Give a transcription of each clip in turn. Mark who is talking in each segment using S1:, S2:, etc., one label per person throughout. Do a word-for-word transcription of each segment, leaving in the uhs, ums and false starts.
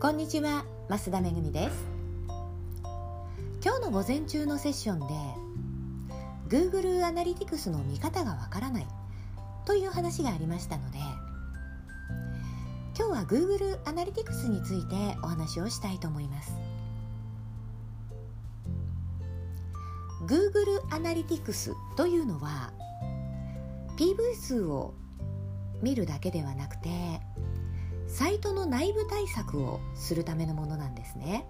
S1: こんにちは、増田めぐみです。今日の午前中のセッションで Google アナリティクスの見方がわからないという話がありましたので、今日は Google アナリティクスについてお話をしたいと思います。 Google アナリティクスというのは ピーブイ 数を見るだけではなくて、サイトの内部対策をするためのものなんですね。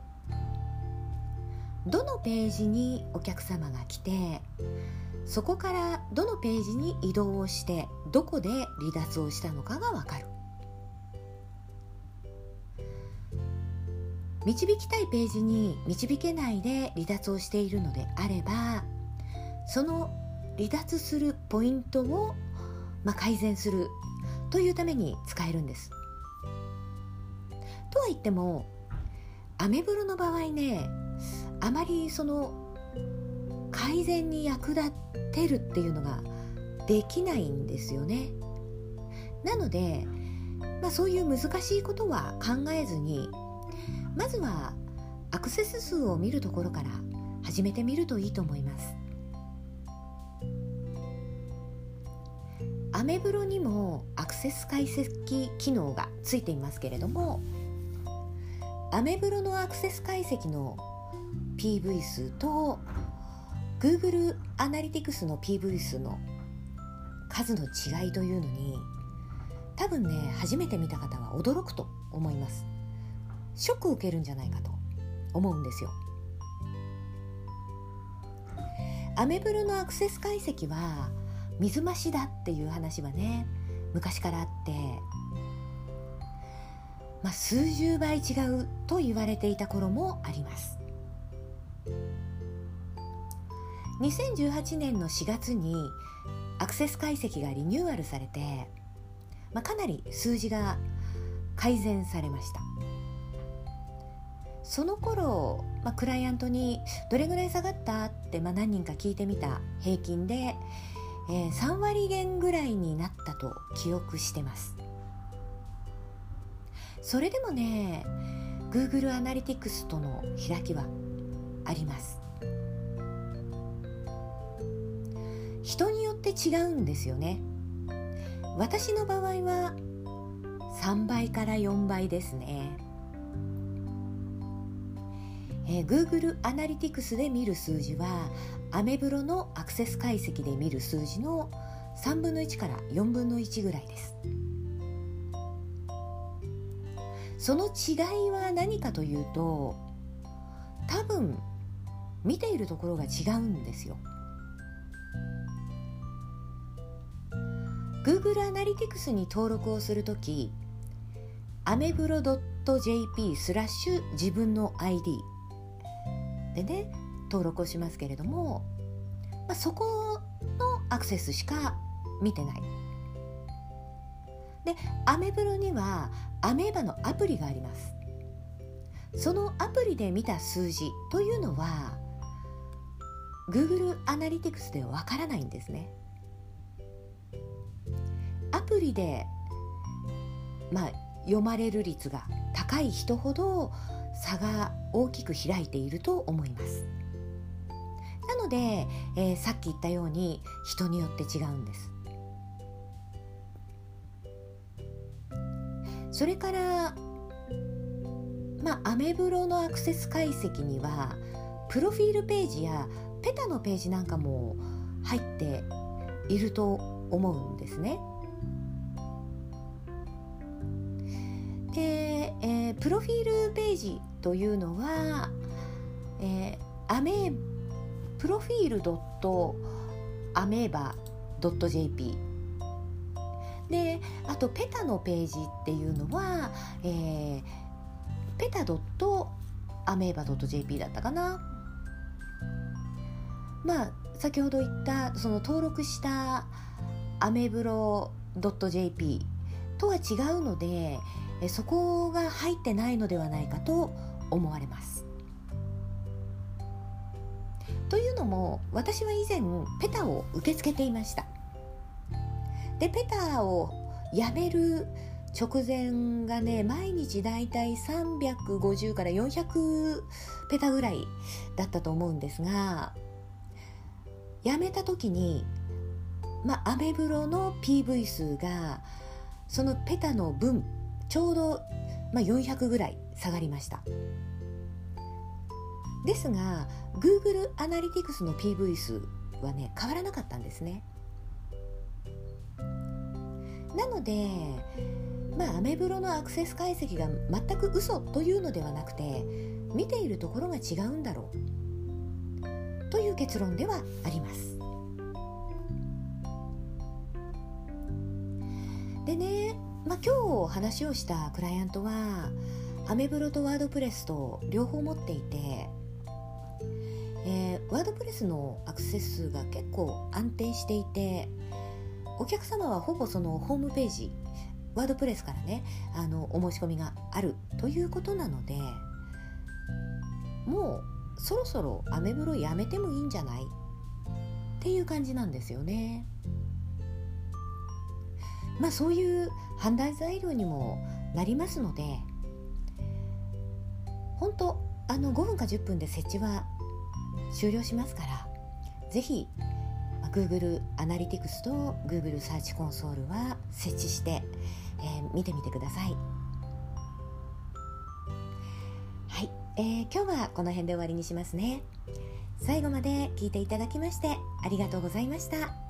S1: どのページにお客様が来て、そこからどのページに移動をして、どこで離脱をしたのかがわかる。導きたいページに導けないで離脱をしているのであれば、その離脱するポイントを、まあ、改善するというために使えるんです。とは言っても、アメブロの場合ね、あまりその改善に役立てるっていうのができないんですよね。なので、まあ、そういう難しいことは考えずに、まずはアクセス数を見るところから始めてみるといいと思います。アメブロにもアクセス解析機能がついていますけれども、アメブロのアクセス解析の ピーブイ 数と Google アナリティクスの ピーブイ 数の数の違いというのに、多分ね、初めて見た方は驚くと思います。ショックを受けるんじゃないかと思うんですよ。アメブロのアクセス解析は水増しだっていう話はね、昔からあって、まあ、数十倍違うと言われていた頃もあります。にせんじゅうはちねんのしがつにアクセス解析がリニューアルされて、まあ、かなり数字が改善されました。その頃、まあ、クライアントにどれぐらい下がったって、まあ、何人か聞いてみた平均で、えー、さんわりげんぐらいになったと記憶してます。それでもね、 Google アナリティクスとの開きはあります。人によって違うんですよね。私の場合はさんばいからよんばいですね。えー、Google アナリティクスで見る数字はアメブロのアクセス解析で見る数字のさんぶんのいちからよんぶんのいちぐらいです。その違いは何かというと、多分見ているところが違うんですよ。 Google アナリティクスに登録をするとき、アメブロ .jp スラッシュ自分の アイディー でね、登録をしますけれども、まあ、そこのアクセスしか見てない。で、アメブロにはアメーバのアプリがあります。そのアプリで見た数字というのは Google アナリティクスではわからないんですね。アプリで、まあ、読まれる率が高い人ほど差が大きく開いていると思います。なので、えー、さっき言ったように人によって違うんです。それから、まあ、アメブロのアクセス解析にはプロフィールページやペタのページなんかも入っていると思うんですね。で、えー、プロフィールページというのは、えー、アメプロフィール アメーバ ジェーピーで、あとペタのページっていうのは、えー、ペタ アメーバ ジェーピー だったかな。まあ先ほど言ったその登録したアメブロ ジェーピー とは違うので、そこが入ってないのではないかと思われます。というのも、私は以前ペタを受け付けていました。で、ペタをやめる直前がね、毎日だいたいさんびゃくごじゅうからよんひゃくペタぐらいだったと思うんですが、やめた時に、まあ、アメブロの ピーブイ 数がそのペタの分ちょうど、まあ、よんひゃくぐらい下がりました。ですが Google アナリティクスの ピーブイ 数はね変わらなかったんですね。なので、まあ、アメブロのアクセス解析が全く嘘というのではなくて、見ているところが違うんだろうという結論ではあります。でね、まあ、今日話をしたクライアントはアメブロとワードプレスと両方持っていて、えー、ワードプレスのアクセス数が結構安定していて、お客様はほぼそのホームページ、ワードプレスからね、あのお申し込みがあるということなので、もうそろそろアメブロやめてもいいんじゃないっていう感じなんですよね。まあそういう判断材料にもなりますので、本当あのごふんかじゅっぷんで設置は終了しますから、ぜひ Google アナリティクスと Google サーチコンソールは設置して、えー、見てみてください。はい、えー、今日はこの辺で終わりにしますね。最後まで聞いていただきましてありがとうございました。